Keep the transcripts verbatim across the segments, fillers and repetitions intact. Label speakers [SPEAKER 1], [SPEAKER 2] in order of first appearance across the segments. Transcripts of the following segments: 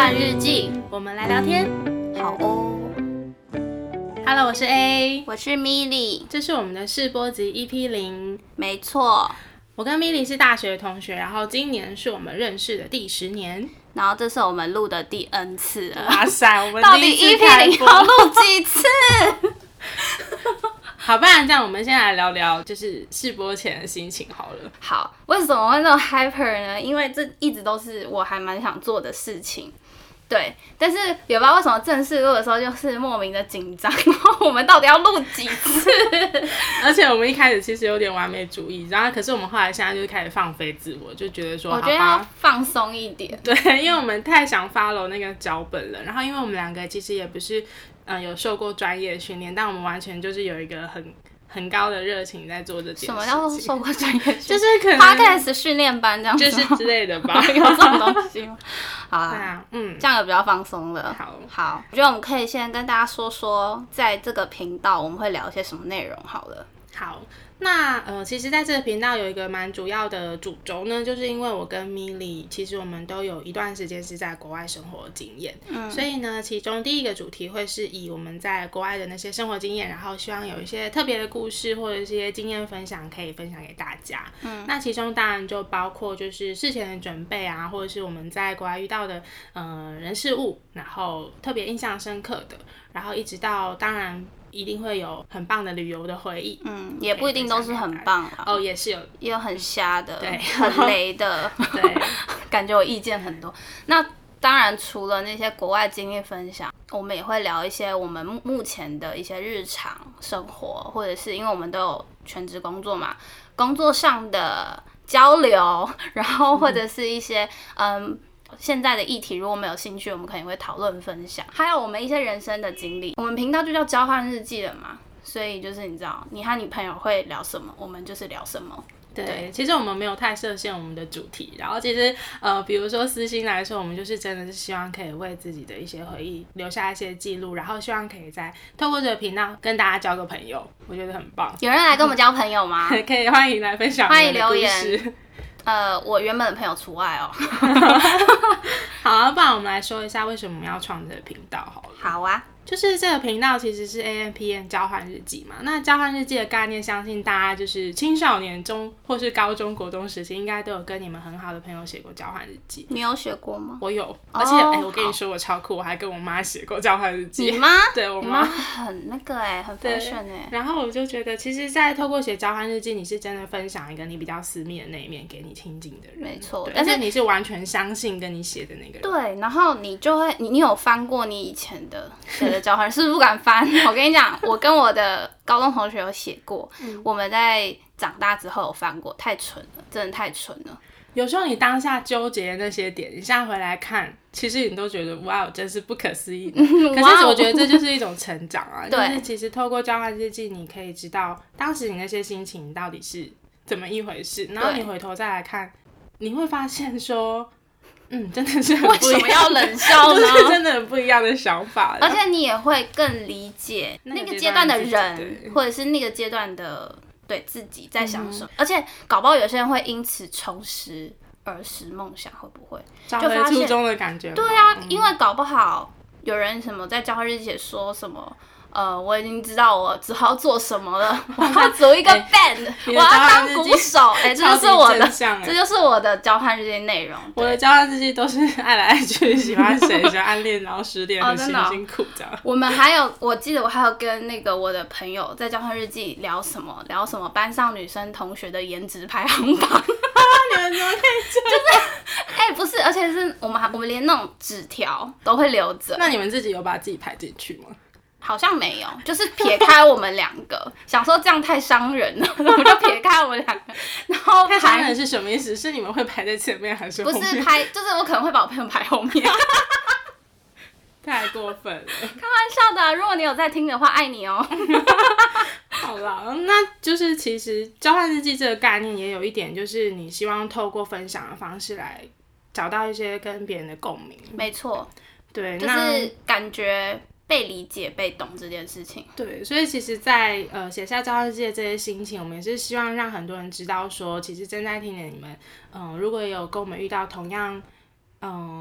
[SPEAKER 1] 换日记，
[SPEAKER 2] 我们来聊天。
[SPEAKER 1] 好哦。
[SPEAKER 2] Hello， 我是 A，
[SPEAKER 1] 我是 Milly，
[SPEAKER 2] 这是我们的试播集 E P 零。
[SPEAKER 1] 没错，
[SPEAKER 2] 我跟 Milly 是大学同学，然后今年是我们认识的第十年，
[SPEAKER 1] 然后这是我们录的第 N 次了。
[SPEAKER 2] 哇塞，我们
[SPEAKER 1] 到底 E P 零要录几次？
[SPEAKER 2] 好，不然这样，我们先来聊聊就是试播前的心情好了。
[SPEAKER 1] 好，为什么会那么 hyper 呢？因为这一直都是我还蛮想做的事情。对，但是也不知道为什么正式录的时候就是莫名的紧张，然后我们到底要录几次？
[SPEAKER 2] 而且我们一开始其实有点完美主义，然后可是我们后来现在就开始放飞自我，就觉得说，
[SPEAKER 1] 我觉得要放松一点。
[SPEAKER 2] 对，因为我们太想 follow 那个脚本了，然后因为我们两个其实也不是嗯、呃、有受过专业训练，但我们完全就是有一个很很高的热情在做这件事情。
[SPEAKER 1] 什么叫做受过专业训练？
[SPEAKER 2] 就是可能
[SPEAKER 1] Podcast 训练班这样子，
[SPEAKER 2] 就是之类的吧？
[SPEAKER 1] 有这种东西吗？好啦，
[SPEAKER 2] 对啊，嗯，
[SPEAKER 1] 这样也比较放松了。
[SPEAKER 2] 好，
[SPEAKER 1] 好，我觉得我们可以先跟大家说说，在这个频道我们会聊一些什么内容好了。
[SPEAKER 2] 好，那呃，其实在这个频道有一个蛮主要的主轴呢，就是因为我跟 Milly 其实我们都有一段时间是在国外生活的经验，嗯，所以呢，其中第一个主题会是以我们在国外的那些生活经验，然后希望有一些特别的故事或者一些经验分享可以分享给大家。嗯，那其中当然就包括就是事前的准备啊，或者是我们在国外遇到的呃人事物，然后特别印象深刻的，然后一直到当然。一定会有很棒的旅游的回忆，
[SPEAKER 1] 嗯，也不一定都是很棒啊，
[SPEAKER 2] 哦，也是有，
[SPEAKER 1] 也有很瞎的，
[SPEAKER 2] 对，
[SPEAKER 1] 很雷的，
[SPEAKER 2] 对，
[SPEAKER 1] 感觉我意见很多。那当然，除了那些国外经历分享，我们也会聊一些我们目前的一些日常生活，或者是因为我们都有全职工作嘛，工作上的交流，然后或者是一些嗯。现在的议题如果没有兴趣，我们可能会讨论分享，还有我们一些人生的经历。我们频道就叫交换日记了嘛，所以就是你知道，你和你朋友会聊什么，我们就是聊什么。
[SPEAKER 2] 对，对，其实我们没有太设限我们的主题，然后其实呃，比如说私心来说，我们就是真的是希望可以为自己的一些回忆留下一些记录，然后希望可以在透过这个频道跟大家交个朋友，我觉得很棒。
[SPEAKER 1] 有人来跟我们交朋友吗？
[SPEAKER 2] 可以，欢迎来分享，
[SPEAKER 1] 欢迎留言。呃，我原本的朋友除外哦。
[SPEAKER 2] 好啊，不然我们来说一下为什么我们要创这个频道好了。
[SPEAKER 1] 好啊。
[SPEAKER 2] 就是这个频道其实是 A M P N 交换日记嘛，那交换日记的概念，相信大家就是青少年中或是高中国中时期，应该都有跟你们很好的朋友写过交换日记。
[SPEAKER 1] 你有写过吗？
[SPEAKER 2] 我有，而且哎、oh, 欸，我跟你说我超酷，我还跟我妈写过交换日记。
[SPEAKER 1] 你妈？
[SPEAKER 2] 对，我妈
[SPEAKER 1] 很那个哎、欸，很 fashion 哎、欸。
[SPEAKER 2] 然后我就觉得，其实，在透过写交换日记，你是真的分享一个你比较私密的那一面给你亲近的人。
[SPEAKER 1] 没错，
[SPEAKER 2] 但是你是完全相信跟你写的那个人。
[SPEAKER 1] 对，然后你就会，你你有翻过你以前的写的交换，是不是不敢翻？我跟你讲，我跟我的高中同学有写过，嗯、我们在长大之后有翻过，太蠢了，真的太蠢了。
[SPEAKER 2] 有时候你当下纠结的那些点，你现在回来看，其实你都觉得哇，真是不可思议的。可是我觉得这就是一种成长啊，就是其实透过交换日记，你可以知道当时你那些心情到底是怎么一回事，然后你回头再来看，你会发现说。嗯，真的是很不一样，
[SPEAKER 1] 为什么要冷笑呢？
[SPEAKER 2] 就是真的很不一样的想法，
[SPEAKER 1] 而且你也会更理解那个阶段的人，或者是那个阶段的对自己在想什么。嗯、而且搞不好有些人会因此重拾儿时梦想，会不会
[SPEAKER 2] 找回初衷的感觉？
[SPEAKER 1] 对啊，嗯、因为搞不好有人什么在交换日记说什么。呃，我已经知道我之后要做什么了，我要组一个 band，、欸、我要当鼓手，哎、欸，这就是我的，这就是我的交换日记内容。
[SPEAKER 2] 我的交换日记都是爱来爱去，喜欢谁，喜欢暗恋，然后失恋，很辛辛苦这样。
[SPEAKER 1] 我们还有，我记得我还有跟那个我的朋友在交换日记聊什么，聊什么班上女生同学的颜值排行榜。
[SPEAKER 2] 你们怎么可以这样？
[SPEAKER 1] 就是，哎、欸，不是，而且是我们还我们连那种纸条都会留着。
[SPEAKER 2] 那你们自己有把自己排进去吗？
[SPEAKER 1] 好像没有，就是撇开我们两个，想说这样太伤人了，我们就撇开我们两个，然后
[SPEAKER 2] 太伤人是什么意思？是你们会排在前面还是后面？
[SPEAKER 1] 不是排，就是我可能会把我朋友排后面。
[SPEAKER 2] 太过分了，开
[SPEAKER 1] 玩笑的、啊。如果你有在听的话，爱你哦。
[SPEAKER 2] 好啦，那就是其实交换日记这个概念也有一点，就是你希望透过分享的方式来找到一些跟别人的共鸣。
[SPEAKER 1] 没错，
[SPEAKER 2] 对，
[SPEAKER 1] 就是感觉。被理解、被懂这件事情，
[SPEAKER 2] 对，所以其实在，在呃写下交换日记的这些心情，我们也是希望让很多人知道说，其实正在听的你们，嗯、呃，如果有跟我们遇到同样，嗯、呃，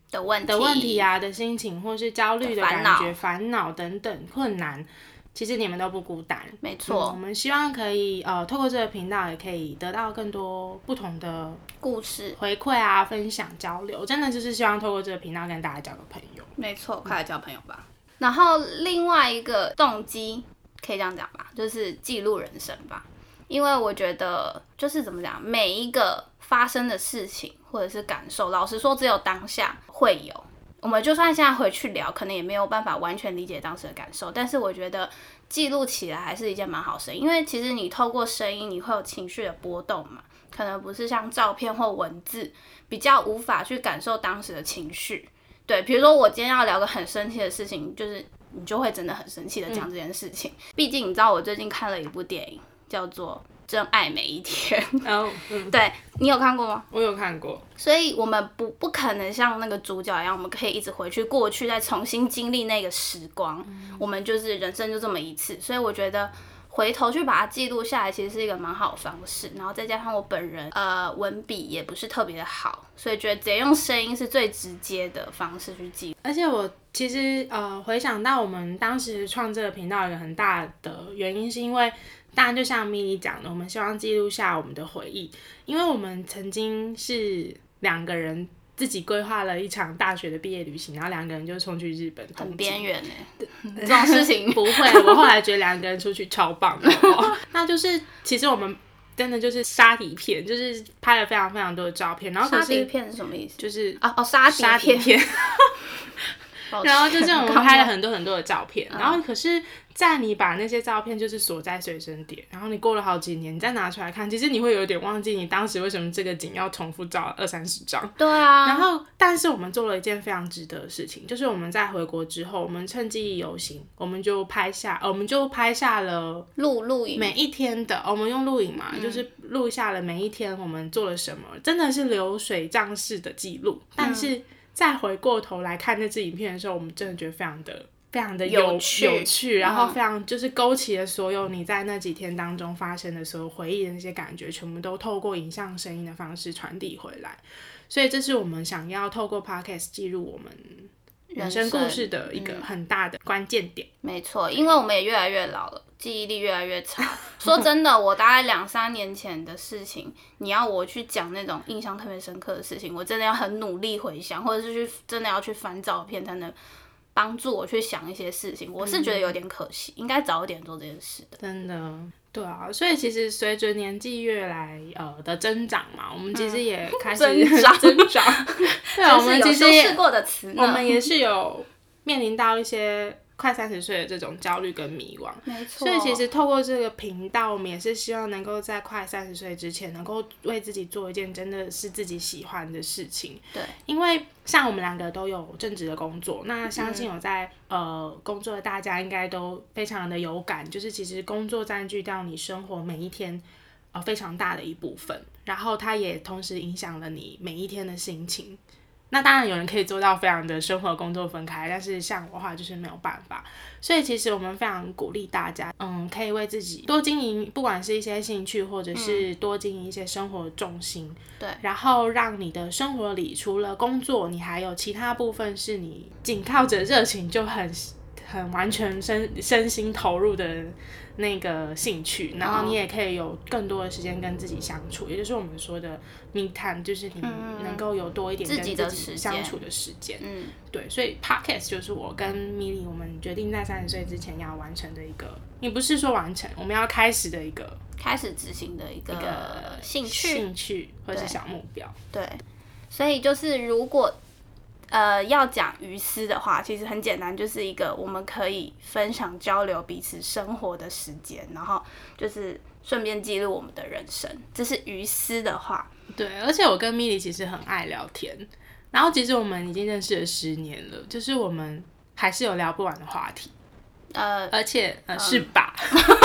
[SPEAKER 1] 的问题
[SPEAKER 2] 的问题啊的心情，或是焦虑的感觉、烦恼等等困难，其实你们都不孤单。
[SPEAKER 1] 没错、
[SPEAKER 2] 嗯，我们希望可以呃透过这个频道也可以得到更多不同的
[SPEAKER 1] 故事
[SPEAKER 2] 回馈啊、分享、交流，真的就是希望透过这个频道跟大家交个朋友。
[SPEAKER 1] 没错，快来交朋友吧。嗯、然后另外一个动机可以这样讲吧，就是记录人生吧。因为我觉得就是怎么讲，每一个发生的事情或者是感受，老实说只有当下会有，我们就算现在回去聊，可能也没有办法完全理解当时的感受，但是我觉得记录起来还是一件蛮好事，因为其实你透过声音你会有情绪的波动嘛，可能不是像照片或文字比较无法去感受当时的情绪。对，比如说我今天要聊个很生气的事情，就是你就会真的很生气的讲这件事情、嗯、毕竟你知道我最近看了一部电影叫做《真爱每一天》
[SPEAKER 2] oh, 嗯，
[SPEAKER 1] 对，你有看过吗？
[SPEAKER 2] 我有看过。
[SPEAKER 1] 所以我们不不可能像那个主角一样，我们可以一直回去过去，再重新经历那个时光、嗯、我们就是人生就这么一次，所以我觉得回头去把它记录下来其实是一个蛮好的方式，然后再加上我本人呃文笔也不是特别的好，所以觉得直接用声音是最直接的方式去记录。
[SPEAKER 2] 而且我其实呃回想到我们当时创这个频道有一个很大的原因，是因为当然就像咪咪讲的，我们希望记录下我们的回忆，因为我们曾经是两个人自己规划了一场大学的毕业旅行，然后两个人就冲去日本，
[SPEAKER 1] 很边缘哎，这种事情
[SPEAKER 2] 不会。我后来觉得两个人出去超棒的，那就是其实我们真的就是杀底片，就是拍了非常非常多的照片，然后可是
[SPEAKER 1] 杀底片是什么意思？
[SPEAKER 2] 就是
[SPEAKER 1] 哦哦杀底片，
[SPEAKER 2] 然后就是我们拍了很多很多的照片，然后可是在你把那些照片就是锁在随身碟，然后你过了好几年你再拿出来看，其实你会有点忘记你当时为什么这个景要重复照二三十张。
[SPEAKER 1] 对啊。
[SPEAKER 2] 然后但是我们做了一件非常值得的事情，就是我们在回国之后，我们趁记忆犹新，我们就拍下我们就拍下了
[SPEAKER 1] 录录影
[SPEAKER 2] 每一天的，我们用录影嘛、嗯、就是录下了每一天我们做了什么，真的是流水账式的记录、嗯、但是再回过头来看那支影片的时候，我们真的觉得非常的非常的 有, 有, 趣, 有趣，然后非常就是勾起了所有你在那几天当中发生的所有回忆的那些感觉，全部都透过影像声音的方式传递回来。所以这是我们想要透过 podcast 记录我们人生故事的一个很大的关键点、
[SPEAKER 1] 嗯、没错，因为我们也越来越老了，记忆力越来越差。说真的，我大概两三年前的事情，你要我去讲那种印象特别深刻的事情，我真的要很努力回想，或者是去真的要去翻照片才能帮助我去想一些事情。我是觉得有点可惜、嗯、应该早一点做这件事的。
[SPEAKER 2] 真的，对啊，所以其实随着年纪越来呃的增长嘛，我们其实也开始、嗯、
[SPEAKER 1] 增长
[SPEAKER 2] 增长对，我们其实
[SPEAKER 1] 也有修饰过的词呢，
[SPEAKER 2] 我们也是有面临到一些快三十岁的这种焦虑跟迷惘，
[SPEAKER 1] 没错。
[SPEAKER 2] 所以其实透过这个频道，我们也是希望能够在快三十岁之前，能够为自己做一件真的是自己喜欢的事情。
[SPEAKER 1] 对，
[SPEAKER 2] 因为像我们两个都有正职的工作，那相信有在、嗯、呃工作的大家应该都非常的有感，就是其实工作占据到你生活每一天呃非常大的一部分，然后它也同时影响了你每一天的心情。那当然有人可以做到非常的生活工作分开，但是像我的话就是没有办法，所以其实我们非常鼓励大家嗯，可以为自己多经营，不管是一些兴趣或者是多经营一些生活的重心、嗯、对，然后让你的生活里除了工作你还有其他部分是你仅靠着热情就很很完全身身心投入的那个兴趣，然后你也可以有更多的时间跟自己相处、哦、也就是我们说的 me time， 就是你能够有多一点跟自己相处的时间。嗯，对，所以 podcast 就是我跟米莉我们决定在三十岁之前要完成的一个，也不是说完成，我们要开始的一个
[SPEAKER 1] 开始执行的一个兴趣
[SPEAKER 2] 兴趣或者是小目标。
[SPEAKER 1] 对，所以就是如果呃，要讲鱼丝的话，其实很简单，就是一个我们可以分享交流彼此生活的时间，然后就是顺便记录我们的人生，这是鱼丝的话。
[SPEAKER 2] 对，而且我跟米莉其实很爱聊天，然后其实我们已经认识了十年了，就是我们还是有聊不完的话题。呃，而且呃、嗯、是吧？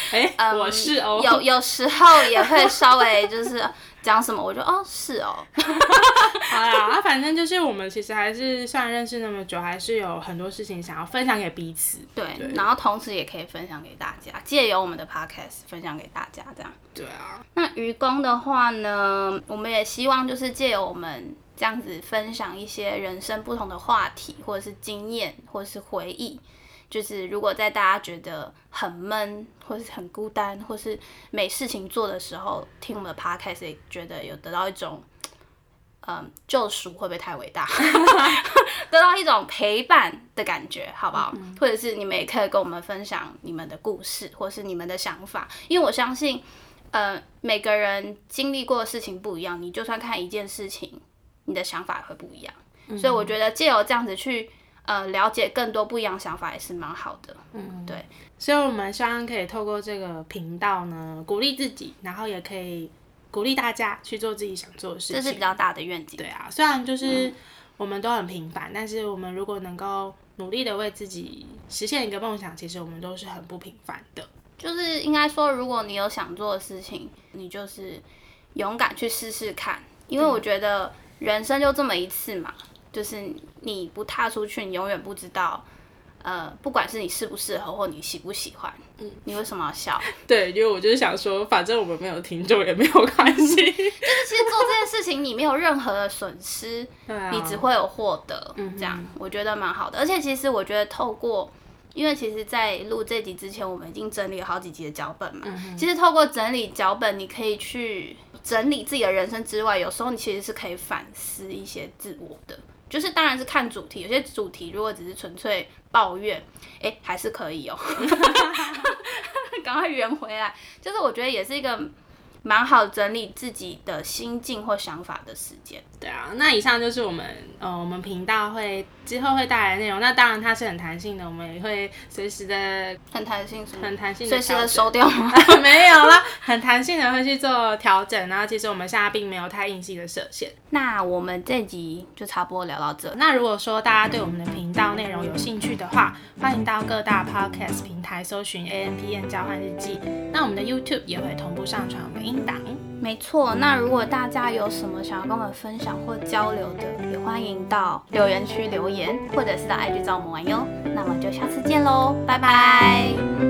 [SPEAKER 2] 哎、嗯，我是哦，
[SPEAKER 1] 有有时候也会稍微就是讲什么，我就哦是哦。
[SPEAKER 2] 好啦，反正就是我们其实还是虽然认识那么久，还是有很多事情想要分享给彼此。
[SPEAKER 1] 对，对，然后同时也可以分享给大家，借由我们的 podcast 分享给大家，这样。
[SPEAKER 2] 对啊。
[SPEAKER 1] 那渔工的话呢，我们也希望就是借由我们这样子分享一些人生不同的话题，或者是经验，或者是回忆。就是如果在大家觉得很闷，或是很孤单，或是没事情做的时候，听我们的 podcast 也觉得有得到一种，嗯，救赎会不会太伟大？得到一种陪伴的感觉，好不好？嗯、或者是你们也可以跟我们分享你们的故事，或是你们的想法，因为我相信，呃，每个人经历过的事情不一样，你就算看一件事情，你的想法也会不一样。嗯、所以我觉得借由这样子去。呃，了解更多不一样想法也是蛮好的，嗯，对，
[SPEAKER 2] 所以我们希望可以透过这个频道呢，鼓励自己，然后也可以鼓励大家去做自己想做的事情，
[SPEAKER 1] 这是比较大的愿景。
[SPEAKER 2] 对啊，虽然就是我们都很平凡，嗯、但是我们如果能够努力的为自己实现一个梦想，其实我们都是很不平凡的。
[SPEAKER 1] 就是应该说，如果你有想做的事情，你就是勇敢去试试看，因为我觉得人生就这么一次嘛。就是你不踏出去，你永远不知道，呃，不管是你适不适合或你喜不喜欢，嗯，你为什么要笑？
[SPEAKER 2] 对，因为我就是想说，反正我们没有听众也没有关系。就是
[SPEAKER 1] 其实做这件事情，你没有任何的损失，啊、你只会有获得，嗯、这样我觉得蛮好的。而且其实我觉得透过，因为其实，在录这集之前，我们已经整理了好几集的脚本嘛。嗯、其实透过整理脚本，你可以去整理自己的人生之外，有时候你其实是可以反思一些自我的。就是当然是看主题，有些主题如果只是纯粹抱怨，哎、欸，还是可以哦、喔。赶快圆回来，就是我觉得也是一个蛮好整理自己的心境或想法的时间。
[SPEAKER 2] 对啊，那以上就是我们呃我们频道会之后会带来的内容。那当然它是很弹性的，我们也会随时的
[SPEAKER 1] 很弹性，
[SPEAKER 2] 很弹性的
[SPEAKER 1] 随时的收掉吗？
[SPEAKER 2] 没有啦，很弹性的会去做调整。然后其实我们现在并没有太硬性的设限。
[SPEAKER 1] 那我们这集就差不多聊到这。
[SPEAKER 2] 那如果说大家对我们的频道内容有兴趣的话，欢迎到各大 podcast 平台搜寻 A M P N 交换日记。那我们的 YouTube 也会同步上传我们的音档。
[SPEAKER 1] 没错，那如果大家有什么想要跟我们分享或交流的，也欢迎到留言区留言，或者是到 I G 找我们玩哟。那么就下次见喽，拜拜。